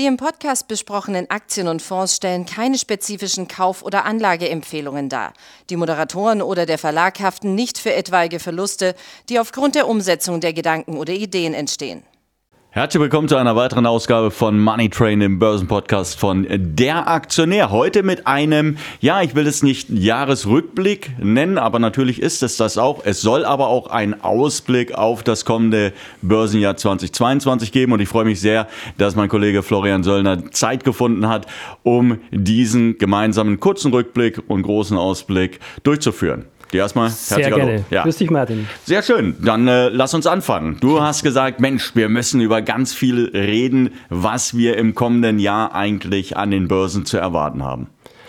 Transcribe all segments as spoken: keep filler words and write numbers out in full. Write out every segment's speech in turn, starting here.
Die im Podcast besprochenen Aktien und Fonds stellen keine spezifischen Kauf- oder Anlageempfehlungen dar. Die Moderatoren oder der Verlag haften nicht für etwaige Verluste, die aufgrund der Umsetzung der Gedanken oder Ideen entstehen. Herzlich willkommen zu einer weiteren Ausgabe von Money Train, dem Börsenpodcast von Der Aktionär. Heute mit einem, ja, ich will es nicht Jahresrückblick nennen, aber natürlich ist es das auch. Es soll aber auch einen Ausblick auf das kommende Börsenjahr zweitausendzweiundzwanzig geben. Und ich freue mich sehr, dass mein Kollege Florian Söllner Zeit gefunden hat, um diesen gemeinsamen kurzen Rückblick und großen Ausblick durchzuführen. Dir erstmal herzlich Sehr gerne. Ja. Grüß dich, Martin. Sehr schön. Dann äh, lass uns anfangen. Du hast gesagt, Mensch, wir müssen über ganz viel reden, was wir im kommenden Jahr eigentlich an den Börsen zu erwarten haben.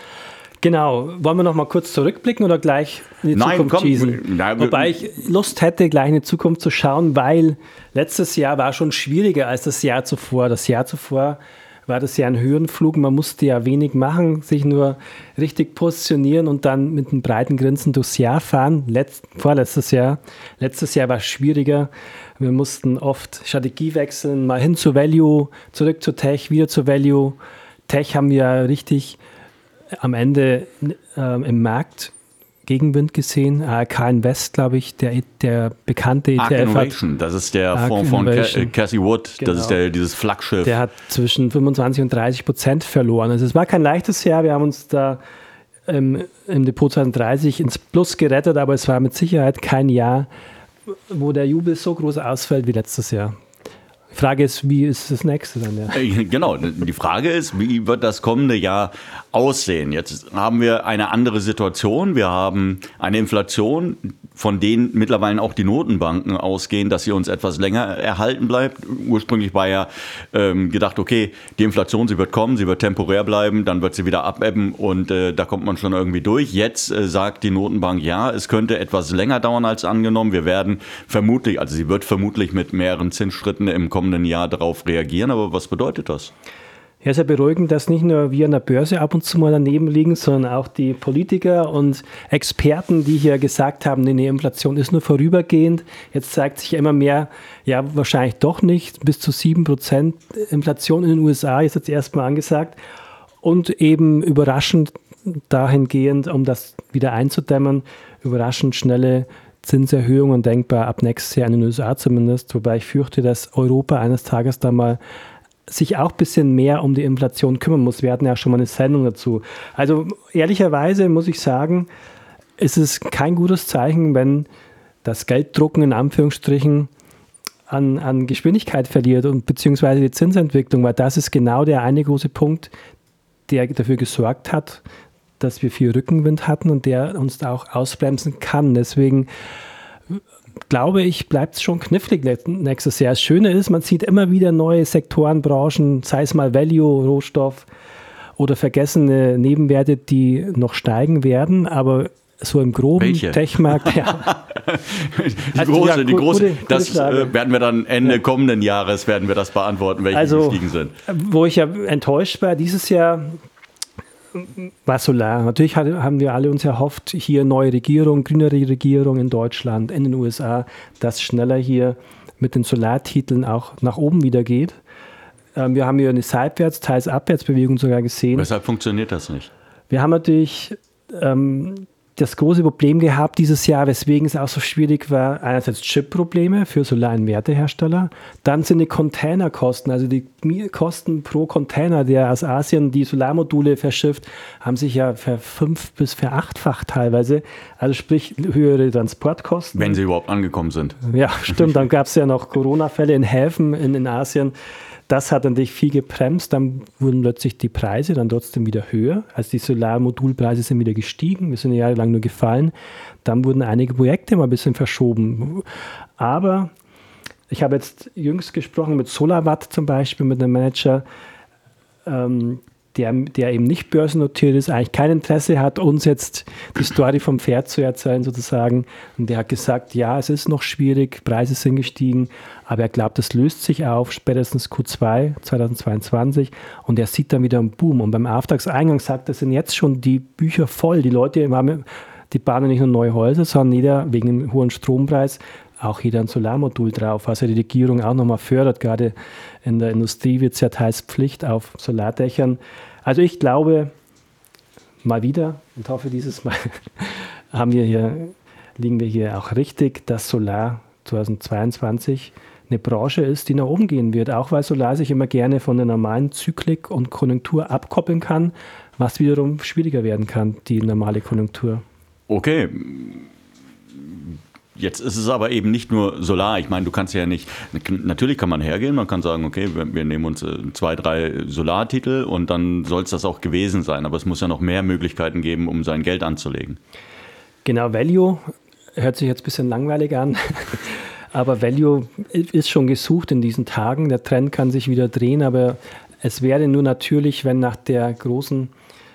Genau. Wollen wir noch mal kurz zurückblicken oder gleich in die Nein, Zukunft komm, schießen? na, Wobei ich Lust hätte, gleich in die Zukunft zu schauen, weil letztes Jahr war schon schwieriger als das Jahr zuvor. Das Jahr zuvor war das ja ein Höhenflug. Man musste ja wenig machen, sich nur richtig positionieren und dann mit einem breiten Grinsen durchs Jahr fahren. Letzt, vorletztes Jahr. Letztes Jahr war es schwieriger. Wir mussten oft Strategie wechseln, mal hin zu Value, zurück zu Tech, wieder zu Value. Tech haben wir richtig am Ende äh, im Markt Gegenwind gesehen. A R K Invest, glaube ich, der, der bekannte E T F. Ark Innovation, das ist der Ark Fonds von Innovation. Cassie Wood, Genau. das ist der, dieses Flaggschiff. Der hat zwischen fünfundzwanzig und dreißig Prozent verloren. Also es war kein leichtes Jahr. Wir haben uns da ähm, im Depot zweitausenddreißig ins Plus gerettet, aber es war mit Sicherheit kein Jahr, wo der Jubel so groß ausfällt wie letztes Jahr. Die Frage ist, wie ist das nächste dann? Ja? Genau, die Frage ist, wie wird das kommende Jahr aussehen? Jetzt haben wir eine andere Situation. Wir haben eine Inflation, von denen mittlerweile auch die Notenbanken ausgehen, dass sie uns etwas länger erhalten bleibt. Ursprünglich war ja ähm, gedacht, okay, die Inflation, sie wird kommen, sie wird temporär bleiben, dann wird sie wieder abebben und äh, da kommt man schon irgendwie durch. Jetzt äh, sagt die Notenbank, ja, es könnte etwas länger dauern als angenommen. Wir werden vermutlich, also sie wird vermutlich mit mehreren Zinsschritten im kommenden Jahr darauf reagieren. Aber was bedeutet das? Ja, sehr beruhigend, dass nicht nur wir an der Börse ab und zu mal daneben liegen, sondern auch die Politiker und Experten, die hier gesagt haben, nee, nee, Inflation ist nur vorübergehend. Jetzt zeigt sich immer mehr, ja, wahrscheinlich doch nicht. Bis zu sieben Prozent Inflation in den U S A ist jetzt erstmal angesagt. Und eben überraschend dahingehend, um das wieder einzudämmen, überraschend schnelle Zinserhöhungen denkbar ab nächstes Jahr in den U S A zumindest. Wobei ich fürchte, dass Europa eines Tages da mal sich auch ein bisschen mehr um die Inflation kümmern muss. Wir hatten ja schon mal eine Sendung dazu. Also ehrlicherweise muss ich sagen, ist es kein gutes Zeichen, wenn das Gelddrucken in Anführungsstrichen an, an Geschwindigkeit verliert und beziehungsweise die Zinsentwicklung, weil das ist genau der eine große Punkt, der dafür gesorgt hat, dass wir viel Rückenwind hatten und der uns da auch ausbremsen kann. Deswegen glaube ich, bleibt es schon knifflig nächstes Jahr. Das Schöne ist, man sieht immer wieder neue Sektoren, Branchen, sei es mal Value, Rohstoff oder vergessene Nebenwerte, die noch steigen werden, aber so im groben Welche? Tech-Markt, ja. die Also, große, ja, die große, gute, das gute äh, werden wir dann Ende Ja. kommenden Jahres werden wir das beantworten, welche Also, gestiegen sind. Wo ich ja enttäuscht war, dieses Jahr war Solar. Natürlich haben wir alle uns erhofft, hier neue Regierung, grünere Regierung in Deutschland, in den U S A, dass schneller hier mit den Solartiteln auch nach oben wieder geht. Ähm, wir haben hier eine Seitwärts-, teils Abwärtsbewegung sogar gesehen. Weshalb funktioniert das nicht? Wir haben natürlich ähm, das große Problem gehabt dieses Jahr, weswegen es auch so schwierig war, einerseits Chip-Probleme für Solarinverterhersteller, dann sind die Containerkosten, also die Kosten pro Container, der aus Asien die Solarmodule verschifft, haben sich ja verfünf- bis verachtfacht teilweise, also sprich höhere Transportkosten. Wenn sie überhaupt angekommen sind. Ja, stimmt, dann gab es ja noch Corona-Fälle in Häfen in, in Asien. Das hat natürlich viel gebremst, dann wurden plötzlich die Preise dann trotzdem wieder höher. Also die Solarmodulpreise sind wieder gestiegen, wir sind jahrelang nur gefallen. Dann wurden einige Projekte mal ein bisschen verschoben. Aber ich habe jetzt jüngst gesprochen mit SolarWatt zum Beispiel, mit einem Manager, ähm, der, der eben nicht börsennotiert ist, eigentlich kein Interesse hat, uns jetzt die Story vom Pferd zu erzählen sozusagen. Und der hat gesagt, ja, es ist noch schwierig, Preise sind gestiegen, aber er glaubt, das löst sich auf, spätestens Q zwei zweitausendzweiundzwanzig und er sieht dann wieder einen Boom. Und beim Auftragseingang sagt er, sind jetzt schon die Bücher voll. Die Leute haben, die bauen nicht nur neue Häuser, sondern jeder wegen dem hohen Strompreis auch jeder ein Solarmodul drauf, was ja die Regierung auch nochmal fördert. Gerade in der Industrie wird es ja teils Pflicht auf Solardächern. Also ich glaube, mal wieder, und hoffe dieses Mal haben wir hier, liegen wir hier auch richtig, dass Solar zweitausendzweiundzwanzig eine Branche ist, die nach oben gehen wird, auch weil Solar sich immer gerne von der normalen Zyklik und Konjunktur abkoppeln kann, was wiederum schwieriger werden kann, die normale Konjunktur. Okay. Jetzt ist es aber eben nicht nur Solar. Ich meine, du kannst ja nicht, natürlich kann man hergehen, man kann sagen, okay, wir, wir nehmen uns zwei, drei Solartitel und dann soll es das auch gewesen sein. Aber es muss ja noch mehr Möglichkeiten geben, um sein Geld anzulegen. Genau, Value hört sich jetzt ein bisschen langweilig an. Aber Value ist schon gesucht in diesen Tagen. Der Trend kann sich wieder drehen, aber es wäre nur natürlich, wenn nach der großen,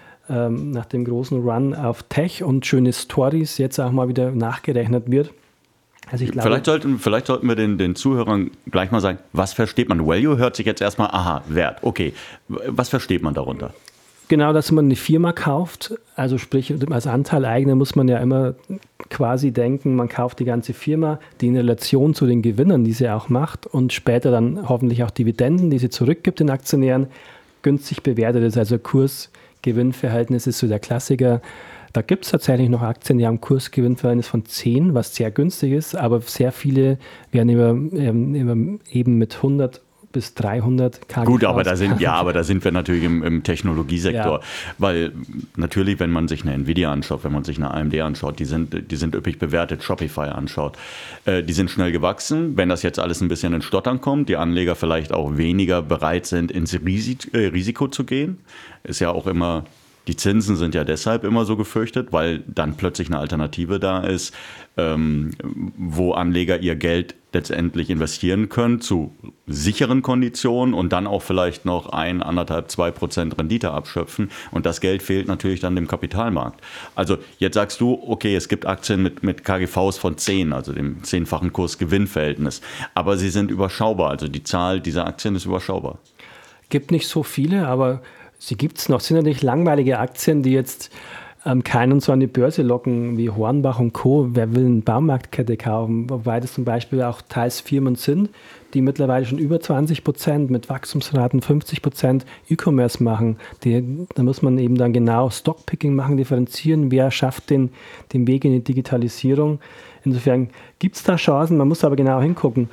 ähm, nach dem großen Run auf Tech und schöne Stories jetzt auch mal wieder nachgerechnet wird. Also ich glaube, vielleicht, sollten, vielleicht sollten wir den, den Zuhörern gleich mal sagen, was versteht man? Value hört sich jetzt erstmal, aha, Wert, okay. Was versteht man darunter? Genau, dass man eine Firma kauft, also sprich als Anteileigner muss man ja immer quasi denken, man kauft die ganze Firma, die in Relation zu den Gewinnern, die sie auch macht und später dann hoffentlich auch Dividenden, die sie zurückgibt den Aktionären, günstig bewertet ist. Also Kurs-Gewinn-Verhältnis ist so der Klassiker. Da gibt es tatsächlich noch Aktien, die haben Kurs-Gewinn-Verhältnis von zehn, was sehr günstig ist, aber sehr viele werden über, ähm, eben mit hundert bis dreihundert K G V. Gut, aber da sind, ja, aber da sind wir natürlich im, im Technologiesektor, ja. Weil natürlich, wenn man sich eine Nvidia anschaut, wenn man sich eine A M D anschaut, die sind, die sind üppig bewertet, Shopify anschaut, äh, die sind schnell gewachsen. Wenn das jetzt alles ein bisschen ins Stottern kommt, die Anleger vielleicht auch weniger bereit sind, ins Risik, äh, Risiko zu gehen, ist ja auch immer... Die Zinsen sind ja deshalb immer so gefürchtet, weil dann plötzlich eine Alternative da ist, ähm, wo Anleger ihr Geld letztendlich investieren können zu sicheren Konditionen und dann auch vielleicht noch ein, anderthalb, zwei Prozent Rendite abschöpfen. Und das Geld fehlt natürlich dann dem Kapitalmarkt. Also jetzt sagst du, okay, es gibt Aktien mit, mit K G Vs von zehn, also dem zehnfachen Kurs-Gewinn-Verhältnis. Aber sie sind überschaubar, also die Zahl dieser Aktien ist überschaubar. Gibt nicht so viele, aber... Sie gibt es noch. Es sind natürlich langweilige Aktien, die jetzt ähm, keinen so an die Börse locken wie Hornbach und Co. Wer will eine Baumarktkette kaufen? Wobei das zum Beispiel auch teils Firmen sind, die mittlerweile schon über zwanzig Prozent mit Wachstumsraten fünfzig Prozent E-Commerce machen. Die, da muss man eben dann genau Stockpicking machen, differenzieren, wer schafft den, den Weg in die Digitalisierung. Insofern gibt es da Chancen, man muss aber genau hingucken.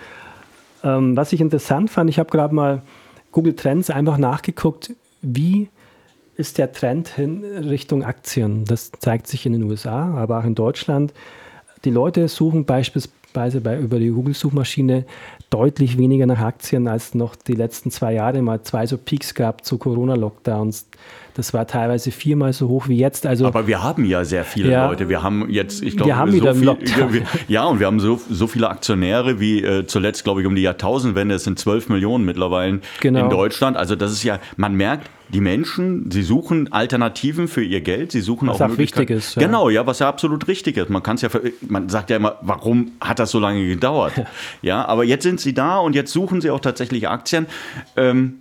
Ähm, was ich interessant fand, ich habe gerade mal Google Trends einfach nachgeguckt, wie ist der Trend hin Richtung Aktien? Das zeigt sich in den U S A, aber auch in Deutschland. Die Leute suchen beispielsweise bei, über die Google-Suchmaschine deutlich weniger nach Aktien, als noch die letzten zwei Jahre mal zwei so Peaks gab zu Corona-Lockdowns. Das war teilweise viermal so hoch wie jetzt. Also, aber wir haben ja sehr viele ja, Leute. Wir haben jetzt, ich glaube, wir haben so wieder viel, Lockdown. wir, ja, und wir haben so, so viele Aktionäre wie äh, zuletzt, glaube ich, um die Jahrtausendwende. Es sind zwölf Millionen mittlerweile genau. in Deutschland. Also das ist ja, man merkt, die Menschen, sie suchen Alternativen für ihr Geld. Sie suchen was auch, auch wichtig ist. Ja. Genau, ja, was ja absolut richtig ist. Man kann es ja, man sagt ja immer, warum hat das so lange gedauert? Ja. ja, aber jetzt sind sie da und jetzt suchen sie auch tatsächlich Aktien. Ähm,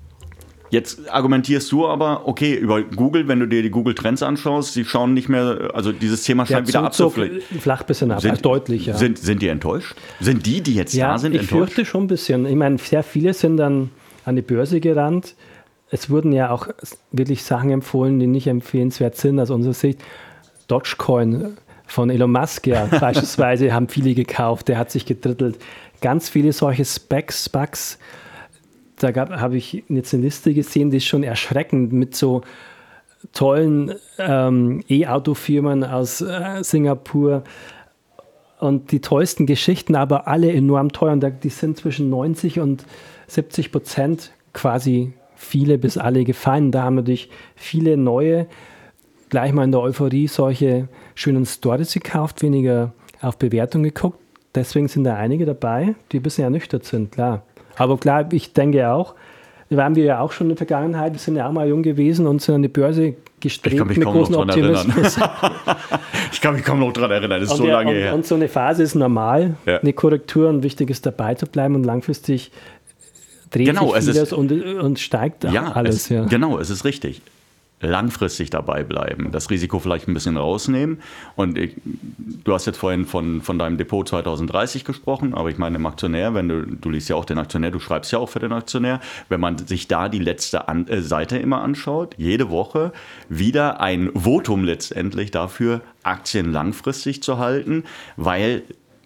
Jetzt argumentierst du aber, okay, über Google, wenn du dir die Google Trends anschaust, sie schauen nicht mehr, also dieses Thema scheint wieder abzufliegen. Flach bisschen ab, sind, deutlich, ja. Sind, sind die enttäuscht? Sind die, die jetzt ja, da sind, ich enttäuscht? Ich fürchte schon ein bisschen. Ich meine, sehr viele sind dann an die Börse gerannt. Es wurden ja auch wirklich Sachen empfohlen, die nicht empfehlenswert sind aus unserer Sicht. Dogecoin von Elon Musk, ja, beispielsweise haben viele gekauft, der hat sich gedrittelt. Ganz viele solche Specs, Bugs. Da habe ich jetzt eine Liste gesehen, die ist schon erschreckend mit so tollen ähm, E-Auto-Firmen aus äh, Singapur und die tollsten Geschichten, aber alle enorm teuer. Und da, die sind zwischen neunzig und siebzig Prozent quasi viele bis alle gefallen. Da haben natürlich viele neue, gleich mal in der Euphorie, solche schönen Stories gekauft, weniger auf Bewertung geguckt. Deswegen sind da einige dabei, die ein bisschen ernüchtert sind, klar. Aber klar, ich denke auch, waren wir ja auch schon in der Vergangenheit, wir sind ja auch mal jung gewesen und sind an die Börse gestrebt ich kann mich mit kaum großem noch dran Optimismus. ich kann mich kaum noch daran erinnern, das ist und so ja, lange und, her. Und so eine Phase ist normal, ja. Eine Korrektur, und wichtig ist dabei zu bleiben und langfristig dreht genau, sich es vieles ist, und, und steigt ja, alles. Es, ja. Genau, es ist richtig. langfristig dabei bleiben, das Risiko vielleicht ein bisschen rausnehmen. Und ich, du hast jetzt vorhin von, von deinem Depot zwanzig dreißig gesprochen, aber ich meine im Aktionär, wenn du, du liest ja auch den Aktionär, du schreibst ja auch für den Aktionär, wenn man sich da die letzte An- äh, Seite immer anschaut, jede Woche wieder ein Votum letztendlich dafür, Aktien langfristig zu halten, weil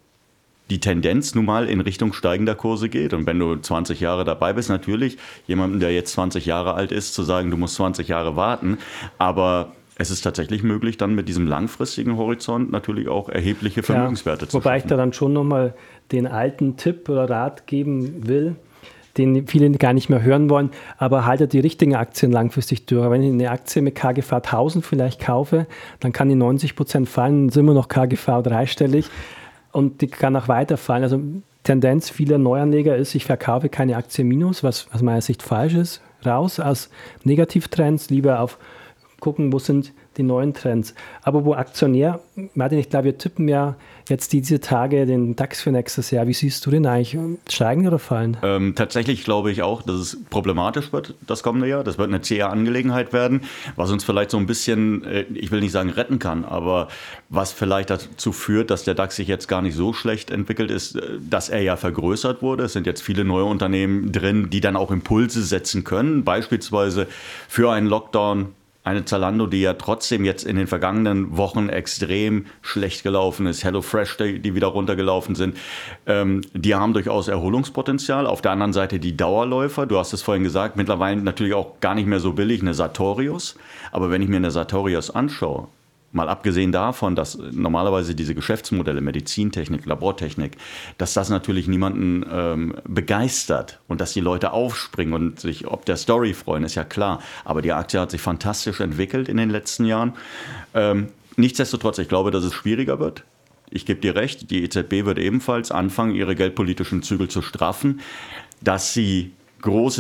die Tendenz nun mal in Richtung steigender Kurse geht. Und wenn du zwanzig Jahre dabei bist, natürlich jemandem, der jetzt zwanzig Jahre alt ist, zu sagen, du musst zwanzig Jahre warten. Aber es ist tatsächlich möglich, dann mit diesem langfristigen Horizont natürlich auch erhebliche Vermögenswerte ja, zu wobei schaffen. ich da dann schon nochmal den alten Tipp oder Rat geben will, den viele gar nicht mehr hören wollen, aber haltet die richtigen Aktien langfristig durch. Wenn ich eine Aktie mit K G V tausend vielleicht kaufe, dann kann die neunzig Prozent fallen, dann sind wir noch K G V dreistellig. Und die kann auch weiterfallen. Also Tendenz vieler Neuanleger ist, ich verkaufe keine Aktie minus, was aus meiner Sicht falsch ist, raus aus Negativtrends, lieber auf gucken, wo sind die neuen Trends. Aber wo Aktionär, Martin, ich glaube, wir tippen ja jetzt diese Tage den DAX für nächstes Jahr. Wie siehst du den eigentlich? Steigen oder fallen? Ähm, tatsächlich glaube ich auch, dass es problematisch wird, das kommende Jahr. Das wird eine zähe Angelegenheit werden, was uns vielleicht so ein bisschen, äh, ich will nicht sagen retten kann, aber was vielleicht dazu führt, dass der DAX sich jetzt gar nicht so schlecht entwickelt ist, äh, dass er ja vergrößert wurde. Es sind jetzt viele neue Unternehmen drin, die dann auch Impulse setzen können, beispielsweise für einen Lockdown. Eine Zalando, die ja trotzdem jetzt in den vergangenen Wochen extrem schlecht gelaufen ist. HelloFresh, die, die wieder runtergelaufen sind. Ähm, die haben durchaus Erholungspotenzial. Auf der anderen Seite die Dauerläufer. Du hast es vorhin gesagt, mittlerweile natürlich auch gar nicht mehr so billig, eine Sartorius. Aber wenn ich mir eine Sartorius anschaue, mal abgesehen davon, dass normalerweise diese Geschäftsmodelle, Medizintechnik, Labortechnik, dass das natürlich niemanden ähm, begeistert und dass die Leute aufspringen und sich ob der Story freuen, ist ja klar. Aber die Aktie hat sich fantastisch entwickelt in den letzten Jahren. Ähm, nichtsdestotrotz, ich glaube, dass es schwieriger wird. Ich gebe dir recht, die E Z B wird ebenfalls anfangen, ihre geldpolitischen Zügel zu straffen. Dass sie große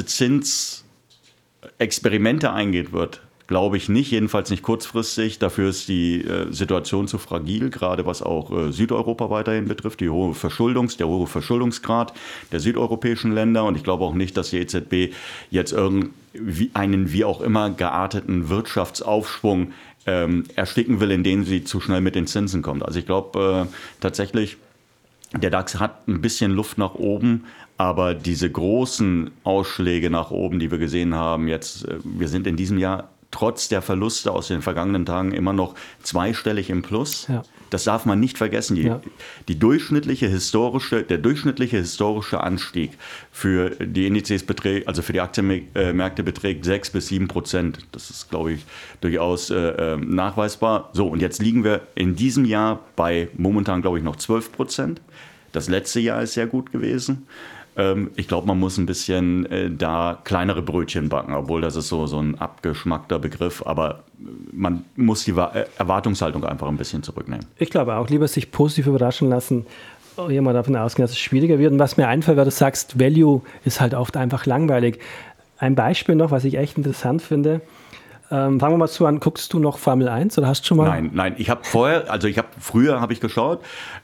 Zinsexperimente eingehen wird, glaube ich nicht, jedenfalls nicht kurzfristig. Dafür ist die äh, Situation zu fragil, gerade was auch äh, Südeuropa weiterhin betrifft, die hohe Verschuldungs, der hohe Verschuldungsgrad der südeuropäischen Länder. Und ich glaube auch nicht, dass die E Z B jetzt irgendwie einen wie auch immer gearteten Wirtschaftsaufschwung ähm, ersticken will, indem sie zu schnell mit den Zinsen kommt. Also ich glaube äh, tatsächlich, der DAX hat ein bisschen Luft nach oben, aber diese großen Ausschläge nach oben, die wir gesehen haben, jetzt, äh, wir sind in diesem Jahr trotz der Verluste aus den vergangenen Tagen immer noch zweistellig im Plus. Ja. Das darf man nicht vergessen. Die, ja. die durchschnittliche historische, der durchschnittliche historische Anstieg für die Indizes beträgt, also für die Aktienmärkte beträgt sechs bis sieben Prozent. Das ist, glaube ich, durchaus äh, nachweisbar. So, und jetzt liegen wir in diesem Jahr bei momentan, glaube ich, noch zwölf Prozent. Das letzte Jahr ist sehr gut gewesen. Ich glaube, man muss ein bisschen äh, da kleinere Brötchen backen, obwohl das ist so, so ein abgeschmackter Begriff. Aber man muss die Erwartungshaltung einfach ein bisschen zurücknehmen. Ich glaube auch, lieber sich positiv überraschen lassen, hier mal davon ausgehen, dass es schwieriger wird. Und was mir einfällt, weil du sagst, Value ist halt oft einfach langweilig. Ein Beispiel noch, was ich echt interessant finde. Ähm, fangen wir mal so an, guckst du noch Formel eins oder hast du schon mal? Nein, nein, ich habe vorher, also ich habe früher habe ich geschaut,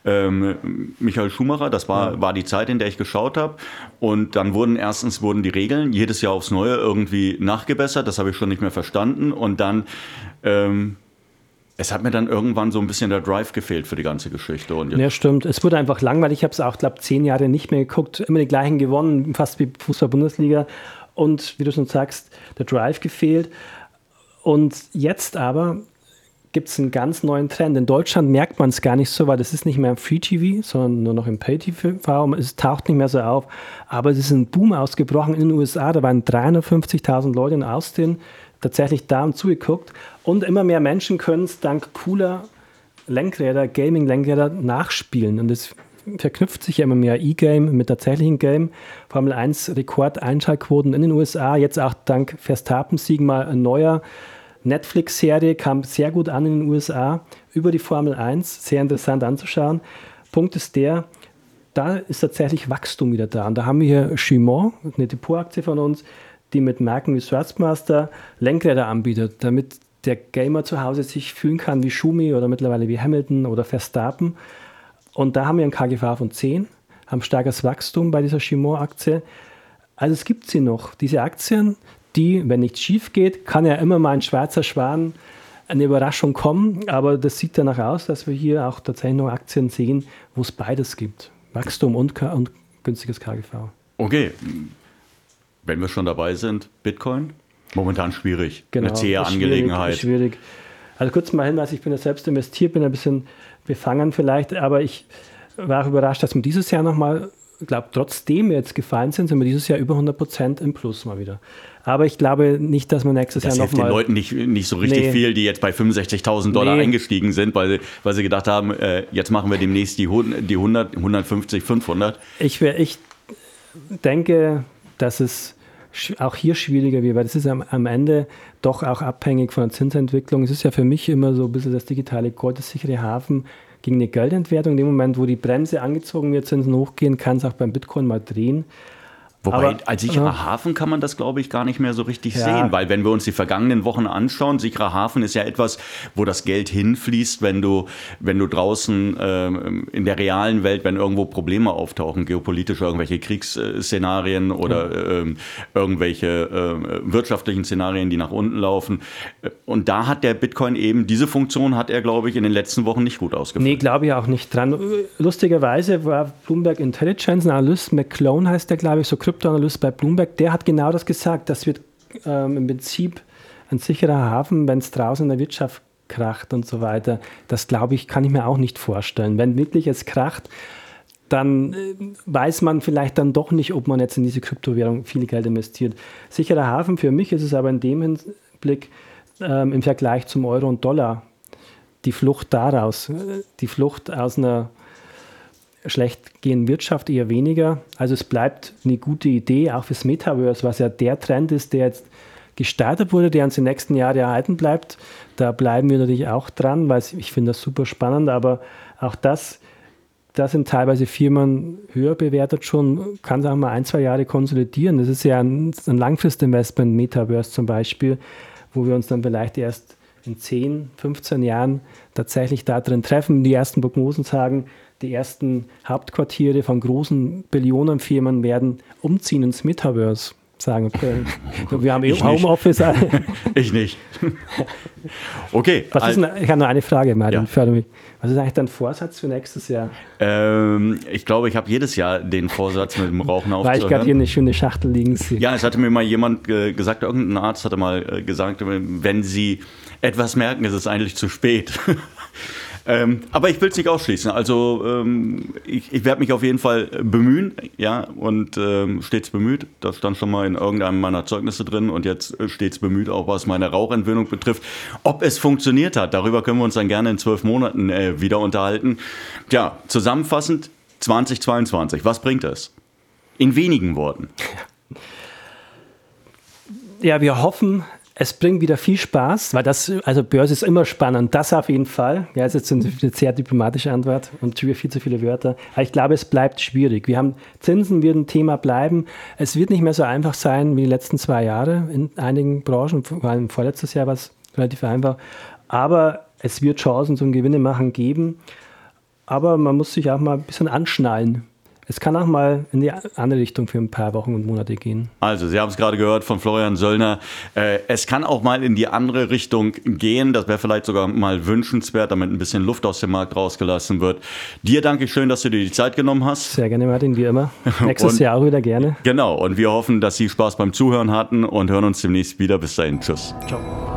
ähm, Michael Schumacher, das war, ja. war die Zeit, in der ich geschaut habe, und dann wurden erstens wurden die Regeln jedes Jahr aufs Neue irgendwie nachgebessert, das habe ich schon nicht mehr verstanden, und dann ähm, es hat mir dann irgendwann so ein bisschen der Drive gefehlt für die ganze Geschichte. Und ja, stimmt. Es wurde einfach langweilig. Ich habe es auch, glaube ich, zehn Jahre nicht mehr geguckt. Immer die gleichen gewonnen, fast wie Fußball-Bundesliga. Und wie du schon sagst, der Drive gefehlt. Und jetzt aber gibt es einen ganz neuen Trend. In Deutschland merkt man es gar nicht so, weil das ist nicht mehr im Free-T V, sondern nur noch im Pay-T V. Es taucht nicht mehr so auf. Aber es ist ein Boom ausgebrochen in den U S A. Da waren dreihundertfünfzigtausend Leute in Austin tatsächlich da und zugeguckt. Und immer mehr Menschen können es dank cooler Lenkräder, Gaming-Lenkräder nachspielen. Und das verknüpft sich ja immer mehr E-Game mit tatsächlichen Game. Formel eins Rekord-Einschaltquoten in den U S A. Jetzt auch dank Verstappen-Siegen mal ein neuer Netflix-Serie, kam sehr gut an in den U S A über die Formel eins. Sehr interessant anzuschauen. Punkt ist der, da ist tatsächlich Wachstum wieder da. Und da haben wir hier Chimont, eine Depotaktie von uns, die mit Marken wie Swatchmaster Lenkräder anbietet, damit der Gamer zu Hause sich fühlen kann wie Schumi oder mittlerweile wie Hamilton oder Verstappen. Und da haben wir ein K G V von zehn, haben starkes Wachstum bei dieser Chimont-Aktie. Also es gibt sie noch. Diese Aktien, die, wenn nichts schief geht, kann ja immer mal ein schwarzer Schwan, eine Überraschung kommen, aber das sieht danach aus, dass wir hier auch tatsächlich noch Aktien sehen, wo es beides gibt. Wachstum und, und günstiges K G V. Okay, wenn wir schon dabei sind, Bitcoin? Momentan schwierig, genau, eine zähe Angelegenheit. Schwierig, schwierig. Also kurz mal Hinweis, ich bin ja selbst investiert, bin ein bisschen befangen vielleicht, aber ich war auch überrascht, dass wir dieses Jahr nochmal, ich glaube, trotzdem wir jetzt gefallen sind, sind wir dieses Jahr über hundert Prozent im Plus mal wieder. Aber ich glaube nicht, dass wir nächstes das Jahr nochmal... Das hilft den Leuten nicht, nicht so richtig nee. viel, die jetzt bei fünfundsechzigtausend Dollar nee. eingestiegen sind, weil, weil sie gedacht haben, äh, jetzt machen wir demnächst die, die hundert, hundertfünfzig, fünfhundert. Ich, ich denke, dass es auch hier schwieriger wird, weil das ist am, am Ende doch auch abhängig von der Zinsentwicklung. Es ist ja für mich immer so ein bisschen das digitale Gold, das sichere Hafen gegen eine Geldentwertung. In dem Moment, wo die Bremse angezogen wird, Zinsen hochgehen, kann es auch beim Bitcoin mal drehen. Wobei, Aber, als sicherer äh, Hafen kann man das, glaube ich, gar nicht mehr so richtig ja. sehen, weil wenn wir uns die vergangenen Wochen anschauen, sicherer Hafen ist ja etwas, wo das Geld hinfließt, wenn du, wenn du draußen ähm, in der realen Welt, wenn irgendwo Probleme auftauchen, geopolitische, irgendwelche Kriegsszenarien oder ja. ähm, irgendwelche äh, wirtschaftlichen Szenarien, die nach unten laufen. Und da hat der Bitcoin eben, diese Funktion hat er, glaube ich, in den letzten Wochen nicht gut ausgeführt. Nee, glaube ich auch nicht dran. Lustigerweise war Bloomberg Intelligence, ein Analyst, McClone heißt der, glaube ich, so Kryptoanalyst bei Bloomberg, der hat genau das gesagt. Das wird ähm, im Prinzip ein sicherer Hafen, wenn es draußen in der Wirtschaft kracht und so weiter. Das, glaube ich, kann ich mir auch nicht vorstellen. Wenn wirklich es kracht, dann äh, weiß man vielleicht dann doch nicht, ob man jetzt in diese Kryptowährung viel Geld investiert. Sicherer Hafen für mich ist es aber in dem Hinblick ähm, im Vergleich zum Euro und Dollar die Flucht daraus, die Flucht aus einer schlecht gehenden Wirtschaft eher weniger. Also es bleibt eine gute Idee, auch fürs Metaverse, was ja der Trend ist, der jetzt gestartet wurde, der uns die nächsten Jahre erhalten bleibt. Da bleiben wir natürlich auch dran, weil ich finde das super spannend, aber auch das, das sind teilweise Firmen höher bewertet schon, kann es auch mal ein, zwei Jahre konsolidieren. Das ist ja ein, ein Langfristinvestment, Metaverse zum Beispiel, wo wir uns dann vielleicht erst in zehn, fünfzehn Jahren tatsächlich da drin treffen. Die ersten Prognosen sagen, die ersten Hauptquartiere von großen Billionenfirmen werden umziehen ins Metaverse. Sagen, okay, wir haben eh Homeoffice. Ich nicht. Okay. Was ist denn, ich habe noch eine Frage, Martin, ja. mich. Was ist eigentlich dein Vorsatz für nächstes Jahr? Ähm, ich glaube, ich habe jedes Jahr den Vorsatz, mit dem Rauchen aufzuhören. Weil ich gerade hier eine schöne Schachtel liegen sehe. Ja, es hatte mir mal jemand äh, gesagt, irgendein Arzt hatte mal äh, gesagt, wenn Sie etwas merken, ist es eigentlich zu spät. Ähm, aber ich will es nicht ausschließen. Also ähm, ich, ich werde mich auf jeden Fall bemühen, ja, und ähm, stets bemüht. Das stand schon mal in irgendeinem meiner Zeugnisse drin und jetzt stets bemüht, auch was meine Rauchentwöhnung betrifft. Ob es funktioniert hat, darüber können wir uns dann gerne in zwölf Monaten äh, wieder unterhalten. Tja, zusammenfassend zwanzig zweiundzwanzig, was bringt es? In wenigen Worten. Ja, wir hoffen, es bringt wieder viel Spaß, weil das, also Börse ist immer spannend, das auf jeden Fall. Ja, das ist jetzt eine sehr diplomatische Antwort und viel zu viele Wörter. Aber ich glaube, es bleibt schwierig. Wir haben, Zinsen wird ein Thema bleiben. Es wird nicht mehr so einfach sein wie die letzten zwei Jahre in einigen Branchen, vor allem vorletztes Jahr war es relativ einfach. Aber es wird Chancen zum Gewinne machen geben. Aber man muss sich auch mal ein bisschen anschnallen. Es kann auch mal in die andere Richtung für ein paar Wochen und Monate gehen. Also, Sie haben es gerade gehört von Florian Söllner. Äh, es kann auch mal in die andere Richtung gehen. Das wäre vielleicht sogar mal wünschenswert, damit ein bisschen Luft aus dem Markt rausgelassen wird. Dir danke ich schön, dass du dir die Zeit genommen hast. Sehr gerne, Martin, wie immer. Nächstes Jahr auch wieder gerne. Genau, und wir hoffen, dass Sie Spaß beim Zuhören hatten und hören uns demnächst wieder. Bis dahin, tschüss. Ciao.